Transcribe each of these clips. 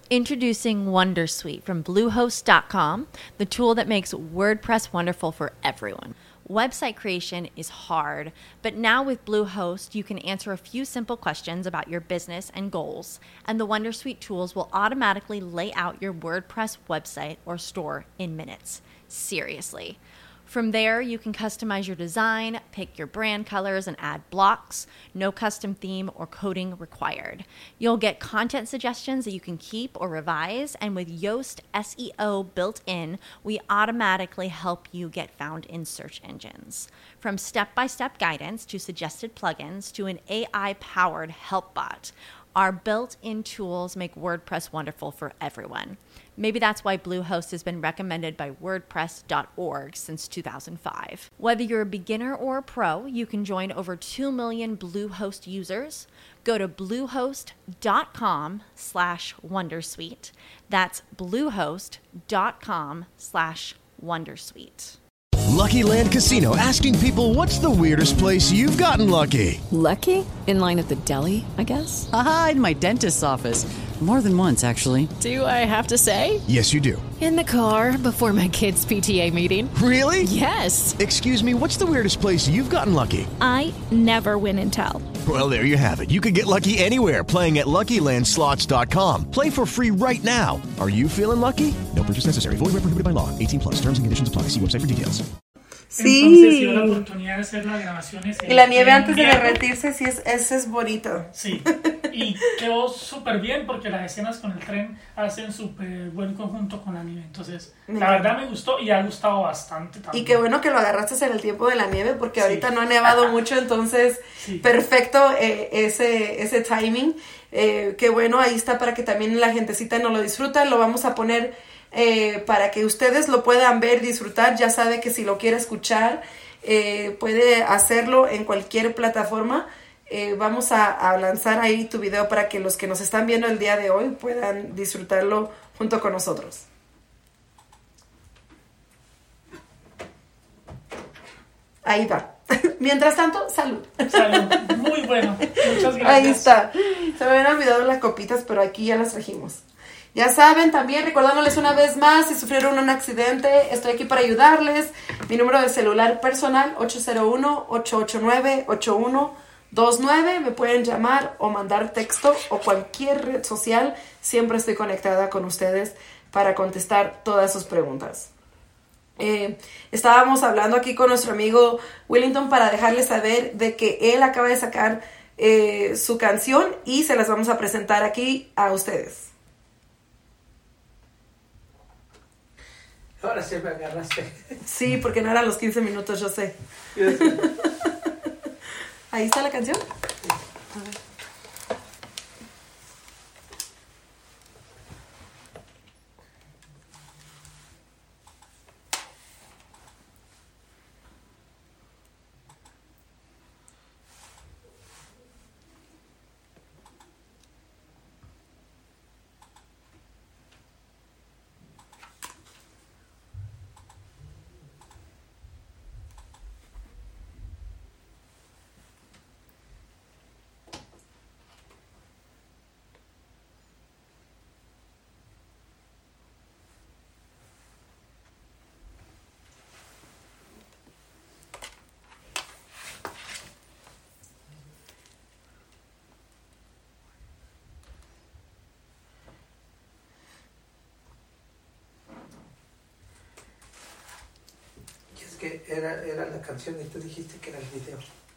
Introducing Wondersuite from Bluehost.com, the tool that makes WordPress wonderful for everyone. Website creation is hard, but now with Bluehost, you can answer a few simple questions about your business and goals, and the Wondersuite tools will automatically lay out your WordPress website or store in minutes. Seriously. From there, you can customize your design, pick your brand colors, and add blocks. No custom theme or coding required. You'll get content suggestions that you can keep or revise, and with Yoast SEO built in, we automatically help you get found in search engines. From step-by-step guidance to suggested plugins to an AI-powered help bot, our built-in tools make WordPress wonderful for everyone. Maybe that's why Bluehost has been recommended by WordPress.org since 2005. Whether you're a beginner or a pro, you can join over 2 million Bluehost users. Go to bluehost.com/wondersuite. That's bluehost.com/wondersuite. Lucky Land Casino, asking people, what's the weirdest place you've gotten lucky? Lucky? In line at the deli, I guess? Aha, in my dentist's office. More than once, actually. Do I have to say? Yes, you do. In the car before my kids' PTA meeting. Really? Yes. Excuse me, what's the weirdest place you've gotten lucky? I never win and tell. Well, there you have it. You can get lucky anywhere, playing at LuckyLandSlots.com. Play for free right now. Are you feeling lucky? No purchase necessary. Void where prohibited by law. 18+. Terms and conditions apply. See website for details. Sí. Entonces dio la oportunidad de hacer las grabaciones. Y la nieve antes de derretirse, sí, ese es bonito. Sí, y quedó súper bien porque las escenas con el tren hacen súper buen conjunto con la nieve. Entonces, la verdad me gustó y ha gustado bastante también. Y qué bueno que lo agarraste en el tiempo de la nieve porque ahorita no ha nevado mucho, entonces perfecto ese timing. Qué bueno, ahí está para que también la gentecita no lo disfruta. Lo vamos a poner para que ustedes lo puedan ver, disfrutar. Ya sabe que si lo quiere escuchar, puede hacerlo en cualquier plataforma. Vamos a lanzar ahí tu video para que los que nos están viendo el día de hoy puedan disfrutarlo junto con nosotros. Ahí va. Mientras tanto, salud. Salud, muy bueno. Muchas gracias. Ahí está. Se me habían olvidado las copitas, pero aquí ya las trajimos. Ya saben, también recordándoles una vez más, si sufrieron un accidente, estoy aquí para ayudarles. Mi número de celular personal, 801-889-8129. Me pueden llamar o mandar texto o cualquier red social. Siempre estoy conectada con ustedes para contestar todas sus preguntas. Estábamos hablando aquí con nuestro amigo Willington para dejarles saber de que él acaba de sacar su canción y se las vamos a presentar aquí a ustedes. Ahora sí me agarraste. Sí, porque no eran los 15 minutos, yo sé. Ahí está la canción. A ver. Que era la canción y tú dijiste que era el video.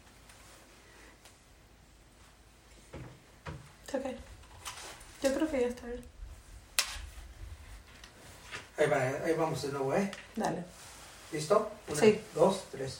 It's okay. Yo creo que ya está bien. Ahí vamos de nuevo, ¿eh? Dale. ¿Listo? 1, Sí. 2, 3.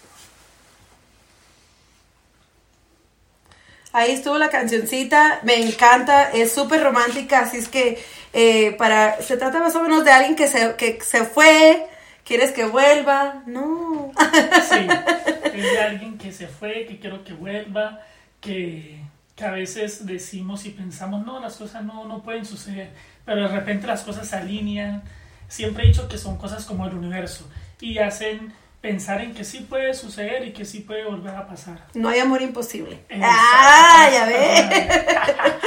Ahí estuvo la cancioncita, me encanta, es súper romántica, así es que se trata más o menos de alguien que se fue. ¿Quieres que vuelva? No. Sí, es de alguien que se fue, que quiero que vuelva, que a veces decimos y pensamos, no, las cosas no pueden suceder, pero de repente las cosas se alinean. Siempre he dicho que son cosas como el universo y hacen pensar en que sí puede suceder y que sí puede volver a pasar. No hay amor imposible. Exacto. Ya ves.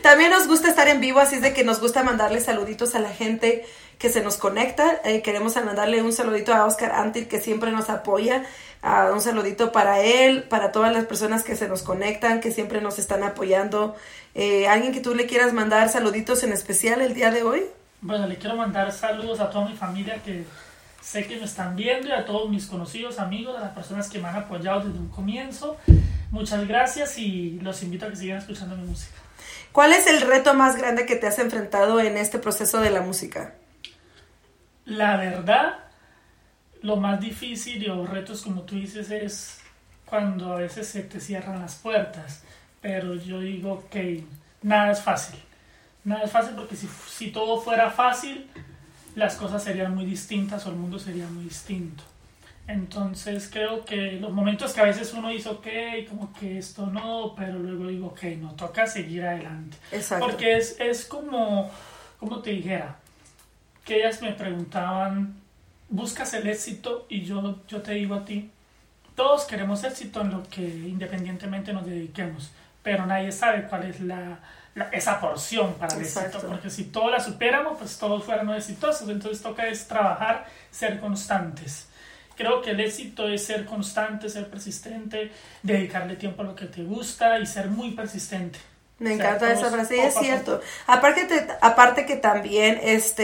También nos gusta estar en vivo, así es de que nos gusta mandarle saluditos a la gente que se nos conecta. Queremos mandarle un saludito a Oscar Antil, que siempre nos apoya. Un saludito para él, para todas las personas que se nos conectan, que siempre nos están apoyando. ¿Alguien que tú le quieras mandar saluditos en especial el día de hoy? Bueno, le quiero mandar saludos a toda mi familia que sé que me están viendo y a todos mis conocidos, amigos, a las personas que me han apoyado desde un comienzo. Muchas gracias y los invito a que sigan escuchando mi música. ¿Cuál es el reto más grande que te has enfrentado en este proceso de la música? La verdad, lo más difícil y los retos, como tú dices, es cuando a veces se te cierran las puertas. Pero yo digo que nada es fácil. Nada es fácil porque si todo fuera fácil, las cosas serían muy distintas o el mundo sería muy distinto. Entonces creo que los momentos que a veces uno dice, ok, como que esto no, pero luego digo, ok, no, toca seguir adelante. Exacto. Porque es como te dijera, que ellas me preguntaban, ¿buscas el éxito? Y yo te digo a ti, todos queremos éxito en lo que independientemente nos dediquemos, pero nadie sabe cuál es esa porción para el éxito, porque si todos la superamos, pues todos fuéramos exitosos. Entonces toca es trabajar, ser constantes. Creo que el éxito es ser constante, ser persistente, dedicarle tiempo a lo que te gusta y ser muy persistente. Me encanta esa frase, es cierto. Aparte que también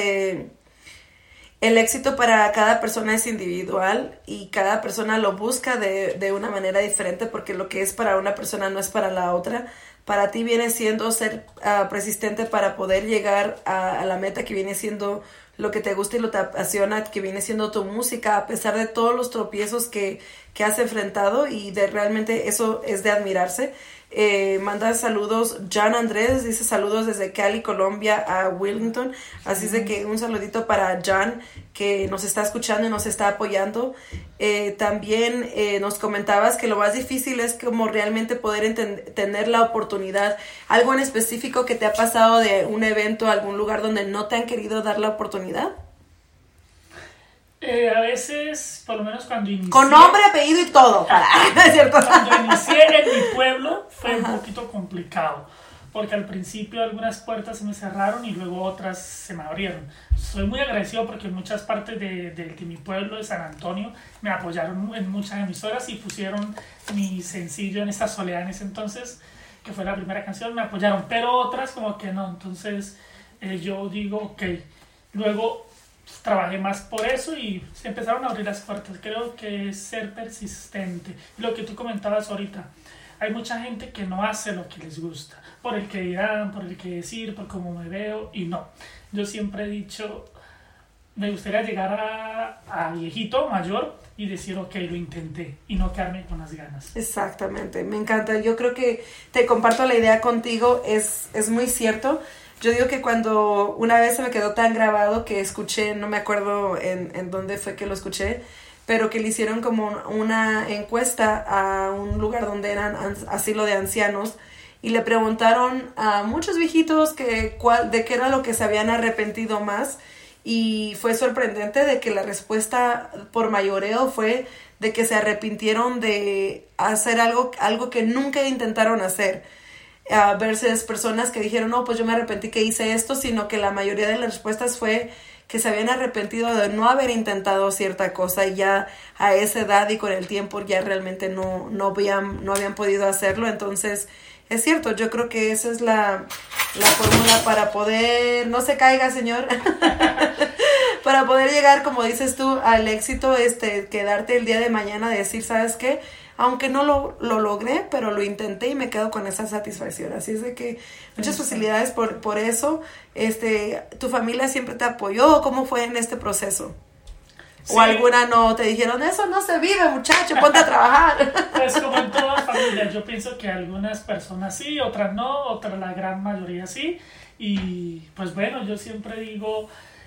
el éxito para cada persona es individual y cada persona lo busca de una manera diferente, porque lo que es para una persona no es para la otra. Para ti viene siendo ser persistente para poder llegar a la meta, que viene siendo lo que te gusta y lo que te apasiona, que viene siendo tu música, a pesar de todos los tropiezos que has enfrentado, y realmente eso es de admirarse. Manda saludos Jan Andrés, dice saludos desde Cali, Colombia a Wellington, así es de que un saludito para Jan, que nos está escuchando y nos está apoyando. También nos comentabas que lo más difícil es como realmente poder tener la oportunidad. ¿Algo en específico que te ha pasado de un evento, algún lugar donde no te han querido dar la oportunidad? A veces, por lo menos cuando inicié... Con nombre, apellido y todo. ¿Es cierto? Cuando inicié en mi pueblo fue un poquito complicado, porque al principio algunas puertas se me cerraron y luego otras se me abrieron. Soy muy agradecido porque en muchas partes de mi pueblo, de San Antonio, me apoyaron en muchas emisoras y pusieron mi sencillo En esta soledad en ese entonces, que fue la primera canción, me apoyaron, pero otras como que no. Entonces yo digo, ok, luego trabajé más por eso y se empezaron a abrir las puertas. Creo que es ser persistente. Lo que tú comentabas ahorita, hay mucha gente que no hace lo que les gusta, por el que dirán, por el que decir, por cómo me veo, y no. Yo siempre he dicho, me gustaría llegar a viejito, mayor, y decir, ok, lo intenté, y no quedarme con las ganas. Exactamente, me encanta. Yo creo que te comparto la idea contigo, es muy cierto. Yo digo que cuando una vez se me quedó tan grabado que escuché, no me acuerdo en dónde fue que lo escuché, pero que le hicieron como una encuesta a un lugar donde eran asilo de ancianos, y le preguntaron a muchos viejitos de qué era lo que se habían arrepentido más, y fue sorprendente de que la respuesta por mayoreo fue de que se arrepintieron de hacer algo que nunca intentaron hacer. Versus personas que dijeron, no, pues yo me arrepentí que hice esto, sino que la mayoría de las respuestas fue que se habían arrepentido de no haber intentado cierta cosa, y ya a esa edad y con el tiempo ya realmente no habían podido hacerlo. Entonces es cierto, yo creo que esa es la fórmula para poder, no se caiga, señor, para poder llegar, como dices tú, al éxito, quedarte el día de mañana, decir, ¿sabes qué? Aunque no lo logré, pero lo intenté y me quedo con esa satisfacción. Así es de que muchas facilidades por eso. ¿Tu familia siempre te apoyó? ¿Cómo fue en este proceso? Sí. ¿O alguna no te dijeron, eso no se vive, muchacho, ponte a trabajar? Pues como en toda familia, yo pienso que algunas personas sí, otras no, otras la gran mayoría sí. Y pues bueno, yo siempre digo...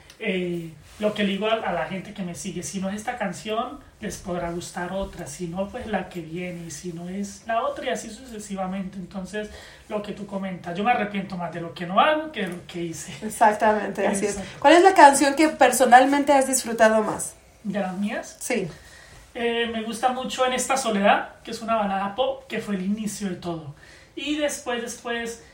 lo que le digo a la gente que me sigue, si no es esta canción, les podrá gustar otra, si no, pues la que viene, y si no es la otra, y así sucesivamente. Entonces, lo que tú comentas, yo me arrepiento más de lo que no hago que de lo que hice. Exactamente, así es. ¿Cuál es la canción que personalmente has disfrutado más? ¿De las mías? Sí. Me gusta mucho En esta soledad, que es una balada pop, que fue el inicio de todo. Y después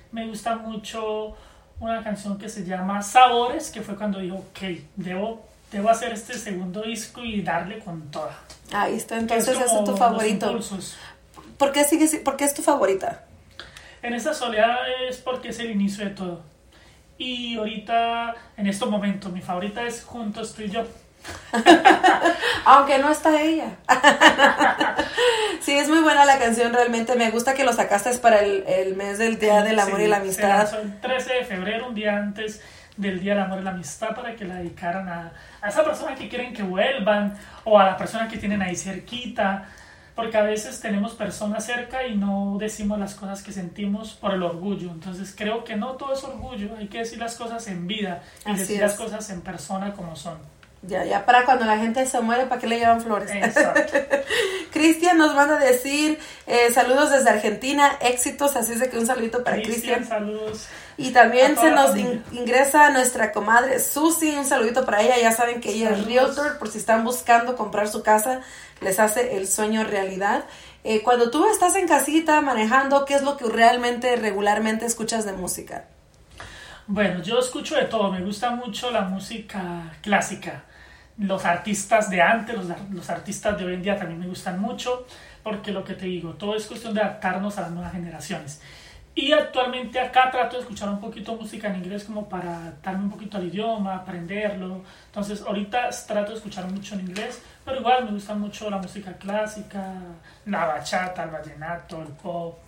Me gusta mucho una canción que se llama Sabores, que fue cuando dijo, ok, debo hacer este segundo disco y darle con toda. Ahí está, entonces ese es tu favorito. ¿Por qué es tu favorita? En esta soledad es porque es el inicio de todo. Y ahorita, en estos momentos, mi favorita es Juntos tú y yo. Aunque no está ella. Sí, es muy buena la canción, realmente me gusta que lo sacaste para el mes del Día del Amor y la Amistad. El 13 de febrero, un día antes del Día del Amor y la Amistad, para que la dedicaran a esa persona que quieren que vuelvan, o a la persona que tienen ahí cerquita, porque a veces tenemos personas cerca y no decimos las cosas que sentimos por el orgullo. Entonces creo que no todo es orgullo, hay que decir las cosas en vida y Así decir es. las cosas en persona como son. Ya para cuando la gente se muere, ¿para qué le llevan flores? Exacto. Cristian nos manda a decir saludos desde Argentina, éxitos, así es de que un saludito para Cristian. Saludos. Y también se nos familia. ingresa nuestra comadre Susi, un saludito para ella. Ya saben que ella es Saludos. realtor, por si están buscando comprar su casa, les hace el sueño realidad. Cuando tú estás en casita manejando, ¿qué es lo que realmente regularmente escuchas de música? Bueno, yo escucho de todo, me gusta mucho la música clásica. Los artistas de antes, los artistas de hoy en día también me gustan mucho, porque lo que te digo, todo es cuestión de adaptarnos a las nuevas generaciones. Y actualmente acá trato de escuchar un poquito música en inglés como para adaptarme un poquito al idioma, aprenderlo. Entonces ahorita trato de escuchar mucho en inglés, pero igual me gusta mucho la música clásica, la bachata, el vallenato, el pop,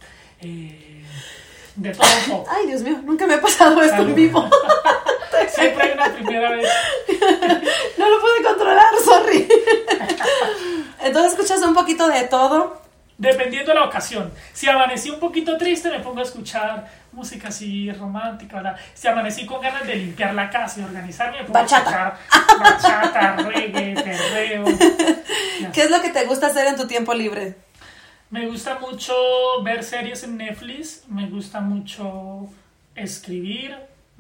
de todo un poco. Ay, Dios mío, nunca me ha pasado esto en vivo. Siempre hay una primera vez. No lo pude controlar, sorry. Entonces escuchas un poquito de todo. Dependiendo de la ocasión. Si amanecí un poquito triste, me pongo a escuchar música así romántica, ¿verdad? Si amanecí con ganas de limpiar la casa y organizarme, me pongo Bachata. a escuchar bachata, reggae, perreo. ¿Qué es lo que te gusta hacer en tu tiempo libre? Me gusta mucho ver series en Netflix, me gusta mucho escribir,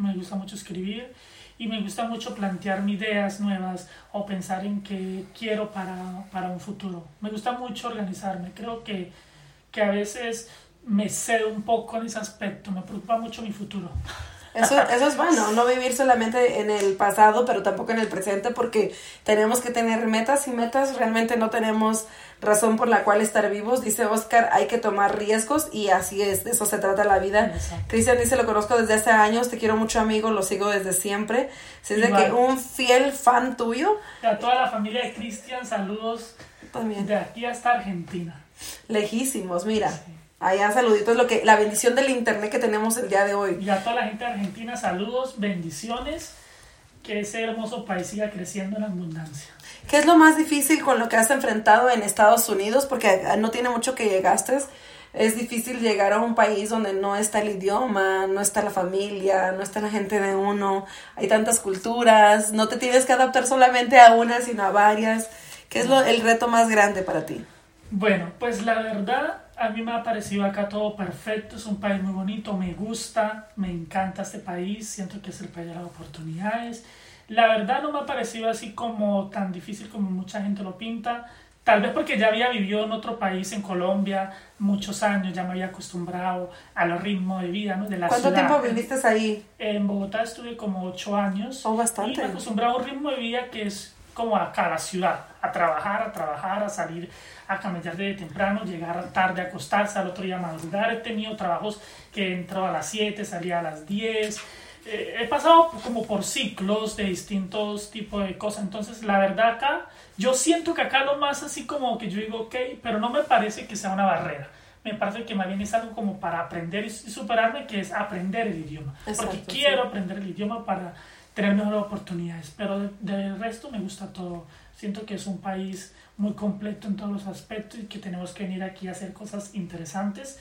y me gusta mucho plantearme ideas nuevas o pensar en qué quiero para un futuro. Me gusta mucho organizarme, creo que a veces me cedo un poco en ese aspecto, me preocupa mucho mi futuro. Eso es bueno, no vivir solamente en el pasado, pero tampoco en el presente, porque tenemos que tener metas y metas, realmente no tenemos razón por la cual estar vivos. Dice Oscar, hay que tomar riesgos y así es, de eso se trata la vida. Cristian dice, lo conozco desde hace años, te quiero mucho amigo, lo sigo desde siempre. Si es de que un fiel fan tuyo. A toda la familia de Cristian, saludos también. De aquí hasta Argentina. Lejísimos, mira. Sí. Allá saluditos, la bendición del internet que tenemos el día de hoy. Y a toda la gente de Argentina, saludos, bendiciones, que ese hermoso país siga creciendo en abundancia. ¿Qué es lo más difícil con lo que has enfrentado en Estados Unidos? Porque no tiene mucho que llegaste. Es difícil llegar a un país donde no está el idioma, no está la familia, no está la gente de uno, hay tantas culturas, no te tienes que adaptar solamente a una, sino a varias. ¿Qué es el reto más grande para ti? Bueno, pues la verdad, a mí me ha parecido acá todo perfecto, es un país muy bonito, me gusta, me encanta este país, siento que es el país de las oportunidades. La verdad no me ha parecido así como tan difícil como mucha gente lo pinta, tal vez porque ya había vivido en otro país, en Colombia, muchos años, ya me había acostumbrado al ritmo de vida, ¿no? De la ¿Cuánto ciudad. tiempo viviste ahí? En Bogotá estuve como 8 años. Oh, bastante. Y me acostumbrado a un ritmo de vida que es como acá, la ciudad, a trabajar, a salir a camellar de temprano, llegar tarde a acostarse, al otro día madrugar. He tenido trabajos que entraba a las 7, salía a las 10. He pasado como por ciclos de distintos tipos de cosas. Entonces, la verdad acá, yo siento que acá lo más así como que yo digo, ok, pero no me parece que sea una barrera. Me parece que más bien es algo como para aprender y superarme, que es aprender el idioma. Exacto, porque quiero aprender el idioma para tener mejores oportunidades, pero del resto me gusta todo. Siento que es un país muy completo en todos los aspectos y que tenemos que venir aquí a hacer cosas interesantes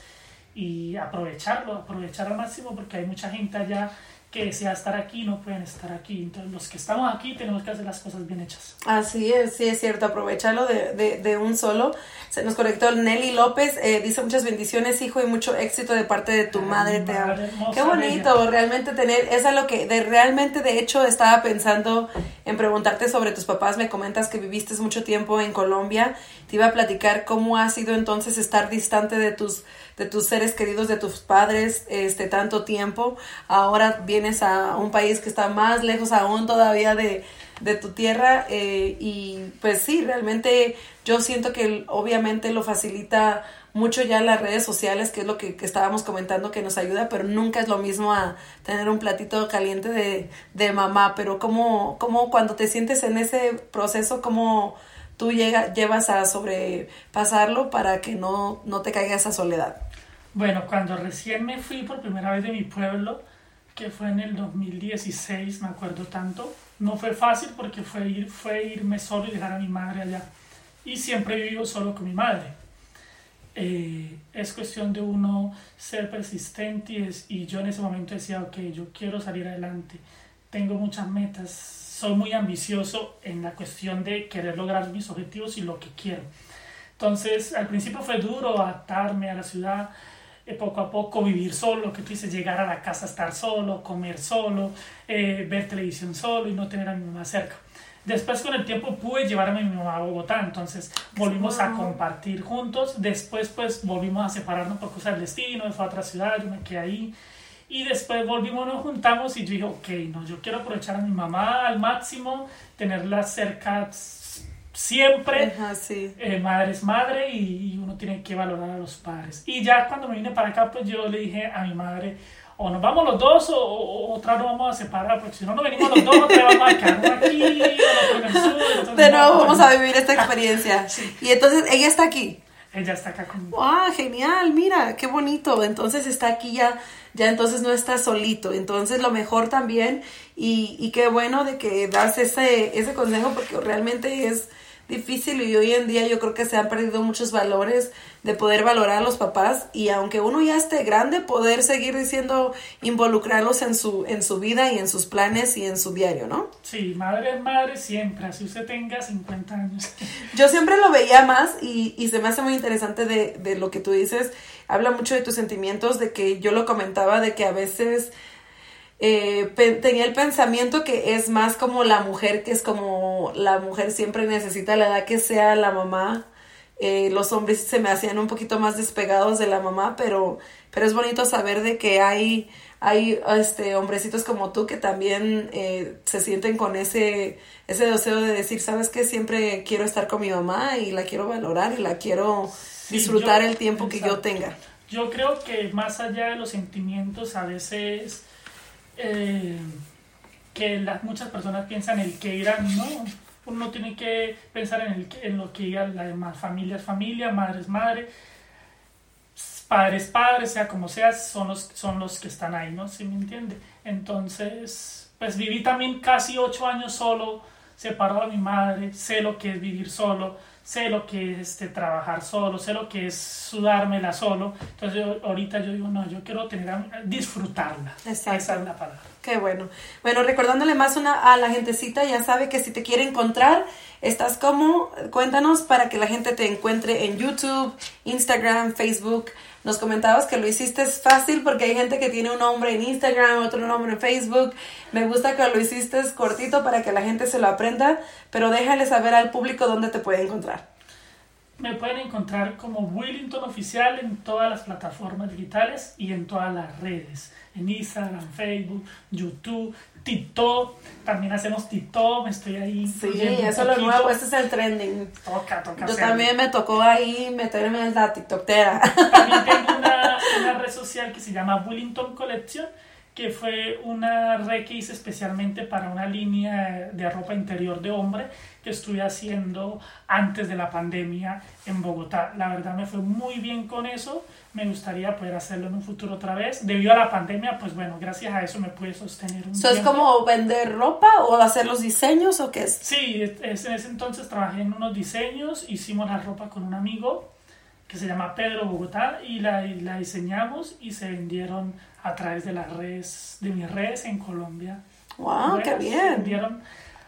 y aprovechar al máximo, porque hay mucha gente allá que desea estar aquí y no pueden estar aquí. Entonces los que estamos aquí tenemos que hacer las cosas bien hechas. Así es, sí es cierto, aprovecharlo de un solo. Se nos conectó Nelly López, dice muchas bendiciones, hijo, y mucho éxito de parte de tu madre, te amo. Qué bonito, bella. Realmente tener, es algo que realmente de hecho estaba pensando en preguntarte sobre tus papás. Me comentas que viviste mucho tiempo en Colombia. Te iba a platicar cómo ha sido entonces estar distante de tus seres queridos, de tus padres, tanto tiempo. Ahora vienes a un país que está más lejos aún todavía de tu tierra, y pues sí, realmente yo siento que obviamente lo facilita mucho ya las redes sociales, que es lo que estábamos comentando, que nos ayuda, pero nunca es lo mismo a tener un platito caliente de mamá. Pero ¿cómo cuando te sientes en ese proceso, cómo tú llevas a sobrepasarlo para que no te caiga esa soledad? Bueno, cuando recién me fui por primera vez de mi pueblo, que fue en el 2016, me acuerdo tanto, no fue fácil porque fue irme solo y dejar a mi madre allá. Y siempre he vivido solo con mi madre. Es cuestión de uno ser persistente y yo en ese momento decía, ok, yo quiero salir adelante, tengo muchas metas, soy muy ambicioso en la cuestión de querer lograr mis objetivos y lo que quiero. Entonces al principio fue duro adaptarme a la ciudad, poco a poco vivir solo, lo que tú dices, llegar a la casa, estar solo, comer solo, ver televisión solo y no tener a mi mamá cerca. Después con el tiempo pude llevarme a mi mamá a Bogotá, entonces volvimos a compartir juntos. Después pues volvimos a separarnos por cosas del destino, él fue a otra ciudad, yo me quedé ahí. Y después volvimos, nos juntamos y yo dije, ok, no, yo quiero aprovechar a mi mamá al máximo, tenerla cerca siempre. Ajá, sí. Madre es madre y uno tiene que valorar a los padres. Y ya cuando me vine para acá, pues yo le dije a mi madre, o nos vamos los dos o otra nos vamos a separar, porque si no nos venimos los dos, otra vamos a quedarnos aquí, o en el sur. Entonces, de nuevo vamos a vivir esta experiencia. Sí. Y entonces ella está aquí. Ella está acá conmigo. ¡Wow! Genial, mira, qué bonito. Entonces está aquí ya entonces no estás solito. Entonces lo mejor también, y qué bueno de que das ese consejo, porque realmente es difícil y hoy en día yo creo que se han perdido muchos valores de poder valorar a los papás, y aunque uno ya esté grande, poder seguir diciendo, involucrarlos en su vida y en sus planes y en su diario, ¿no? Sí, madre es madre siempre, así usted tenga 50 años. Yo siempre lo veía más y se me hace muy interesante de lo que tú dices. Habla mucho de tus sentimientos, de que yo lo comentaba, de que a veces tenía el pensamiento que es más como la mujer, que es como la mujer siempre necesita la edad que sea la mamá. Los hombres se me hacían un poquito más despegados de la mamá, pero es bonito saber de que hay hombrecitos como tú que también se sienten con ese deseo de decir, ¿sabes qué? Siempre quiero estar con mi mamá y la quiero valorar y la quiero disfrutar el tiempo que yo tenga. Yo creo que más allá de los sentimientos, a veces que muchas personas piensan el que irán, no, uno tiene que pensar en lo que digan las demás. Familia es familia, madre es madre, padre es padre, sea como sea, son los que están ahí, ¿no? ¿Sí me entiende? Entonces, pues viví también casi 8 años solo, separado de mi madre, sé lo que es vivir solo, sé lo que es trabajar solo, sé lo que es sudármela solo. Entonces ahorita yo digo, no, yo quiero disfrutarla. Exacto. Esa es la palabra. Qué bueno. Bueno, recordándole más a la gentecita, ya sabe que si te quiere encontrar, estás como, cuéntanos para que la gente te encuentre en YouTube, Instagram, Facebook. Nos comentabas que lo hiciste fácil porque hay gente que tiene un nombre en Instagram, otro nombre en Facebook. Me gusta que lo hiciste cortito para que la gente se lo aprenda, pero déjale saber al público dónde te puede encontrar. Me pueden encontrar como Willington Oficial en todas las plataformas digitales y en todas las redes. En Instagram, Facebook, YouTube, TikTok. También hacemos TikTok, me estoy ahí. Sí, eso es lo nuevo, ese es el trending. Toca Yo hacerlo. también me tocó ahí meterme en la tiktokera. También tengo una red social que se llama Willington Collection, que fue una red que hice especialmente para una línea de ropa interior de hombre que estuve haciendo antes de la pandemia en Bogotá. La verdad me fue muy bien con eso, me gustaría poder hacerlo en un futuro otra vez. Debido a la pandemia, pues bueno, gracias a eso me pude sostener un tiempo. ¿Es como vender ropa o hacer los diseños o qué es? Sí, en ese entonces trabajé en unos diseños, hicimos la ropa con un amigo que se llama Pedro Bogotá y la diseñamos y se vendieron a través de mis redes en Colombia. ¡Wow, qué bien! Se vendieron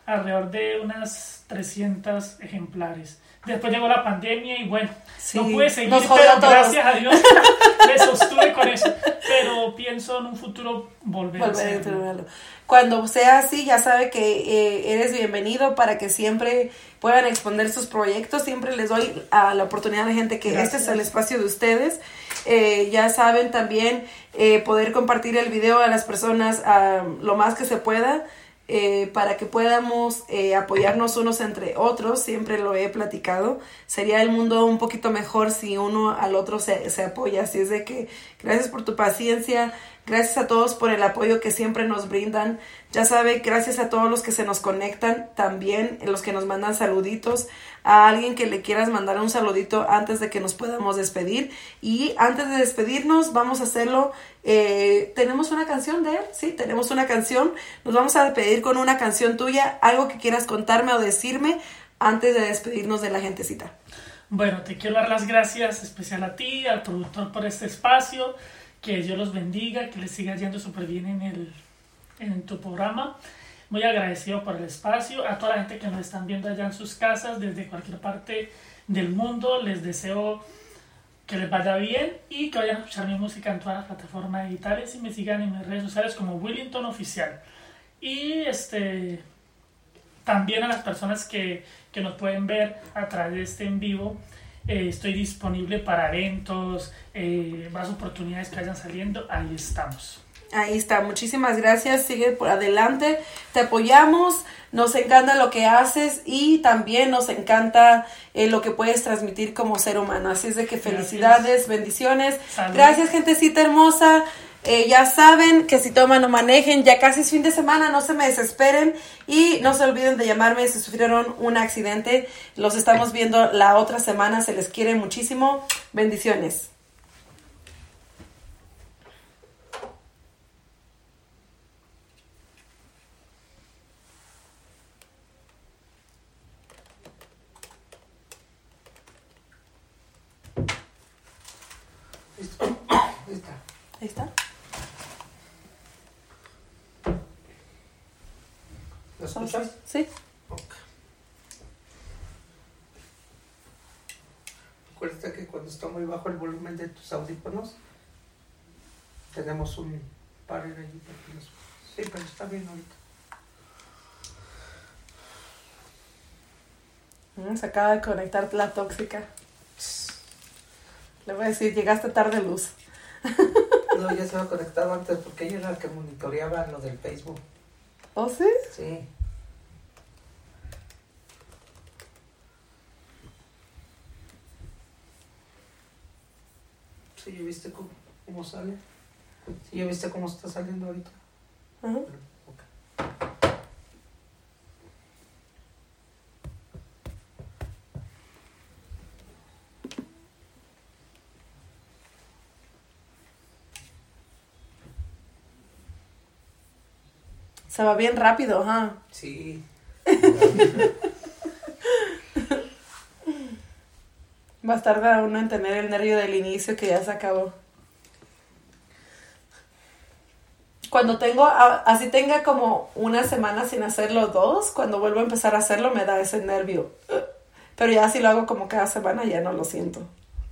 alrededor de unas 300 ejemplares. Después llegó la pandemia y bueno, Sí, no pude seguir, nos jodió pero a todos. gracias a Dios me sostuve con eso. Pero pienso en un futuro volver a hacerlo. Volver. Cuando sea así, ya sabe que eres bienvenido para que siempre puedan exponer sus proyectos. Siempre les doy a la oportunidad a la gente que Gracias. este es el espacio de ustedes. Ya saben también poder compartir el video a las personas lo más que se pueda. Para que podamos apoyarnos unos entre otros, siempre lo he platicado, sería el mundo un poquito mejor si uno al otro se apoya, así es de que gracias por tu paciencia, gracias a todos por el apoyo que siempre nos brindan, ya sabe, gracias a todos los que se nos conectan, también los que nos mandan saluditos, a alguien que le quieras mandar un saludito antes de que nos podamos despedir, y antes de despedirnos vamos a hacerlo. ¿Tenemos una canción de él? Sí, tenemos una canción. Nos vamos a despedir con una canción tuya, algo que quieras contarme o decirme antes de despedirnos de la gentecita. Bueno, te quiero dar las gracias especial a ti, al productor por este espacio, que Dios los bendiga, que les siga yendo súper bien en tu programa. Muy agradecido por el espacio, a toda la gente que nos están viendo allá en sus casas, desde cualquier parte del mundo, les deseo que les vaya bien y que vayan a escuchar mi música en todas las plataformas digitales y me sigan en mis redes sociales como Willington Oficial. Y también a las personas que nos pueden ver a través de este en vivo, estoy disponible para eventos, más oportunidades que vayan saliendo, ahí estamos. Ahí está, muchísimas gracias, sigue por adelante, te apoyamos, nos encanta lo que haces y también nos encanta lo que puedes transmitir como ser humano, así es de que felicidades, gracias. Bendiciones, salud. Gracias gentecita hermosa, ya saben que si toman o manejen, ya casi es fin de semana, no se me desesperen y no se olviden de llamarme si sufrieron un accidente, los estamos viendo la otra semana, se les quiere muchísimo, bendiciones. Ahí está. ¿Lo escuchas? Sí. Okay. Acuérdate que cuando está muy bajo el volumen de tus audífonos, tenemos un par allí para que los... Sí, pero está bien ahorita. Se acaba de conectar la tóxica. Le voy a decir, llegaste tarde, Luz. No, ya se había conectado antes porque ella era la que monitoreaba lo del Facebook. ¿Oh, sí? Sí. Sí, ¿ya viste cómo sale? Sí, ¿ya viste cómo está saliendo ahorita? Uh-huh. Okay. Se va bien rápido, ¿ah? ¿Huh? Sí. Va a tardar uno en tener el nervio del inicio que ya se acabó. Cuando así tenga como una semana sin hacerlo 2, cuando vuelvo a empezar a hacerlo me da ese nervio. Pero ya si lo hago como cada semana ya no lo siento.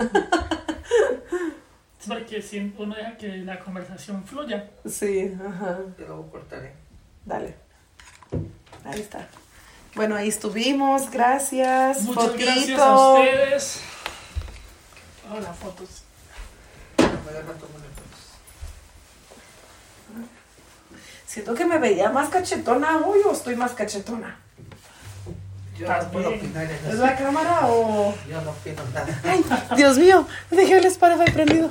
Es porque si uno deja que la conversación fluya. Sí, ajá. Yo lo cortaré. Dale. Ahí está. Bueno, ahí estuvimos. Gracias. Muchas Fotito. gracias a ustedes. Hola, fotos. Me dejan tomar fotos. Siento que me veía más cachetona hoy o estoy más cachetona. Yo no puedo opinar en ¿Es eso. la cámara o...? Yo no opino nada. Ay, Dios mío. Dejé el Spotify prendido.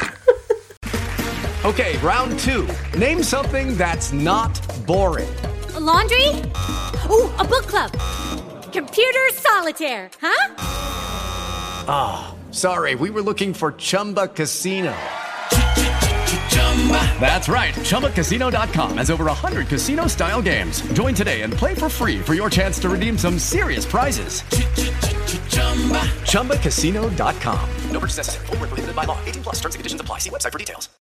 Okay, round 2. Name something that's not boring. A laundry? Ooh, a book club. Computer solitaire, huh? Ah, oh, sorry, we were looking for Chumba Casino. That's right, ChumbaCasino.com has over 100 casino-style games. Join today and play for free for your chance to redeem some serious prizes. ChumbaCasino.com. No purchase necessary. Void where prohibited by law. 18+ terms and conditions apply. See website for details.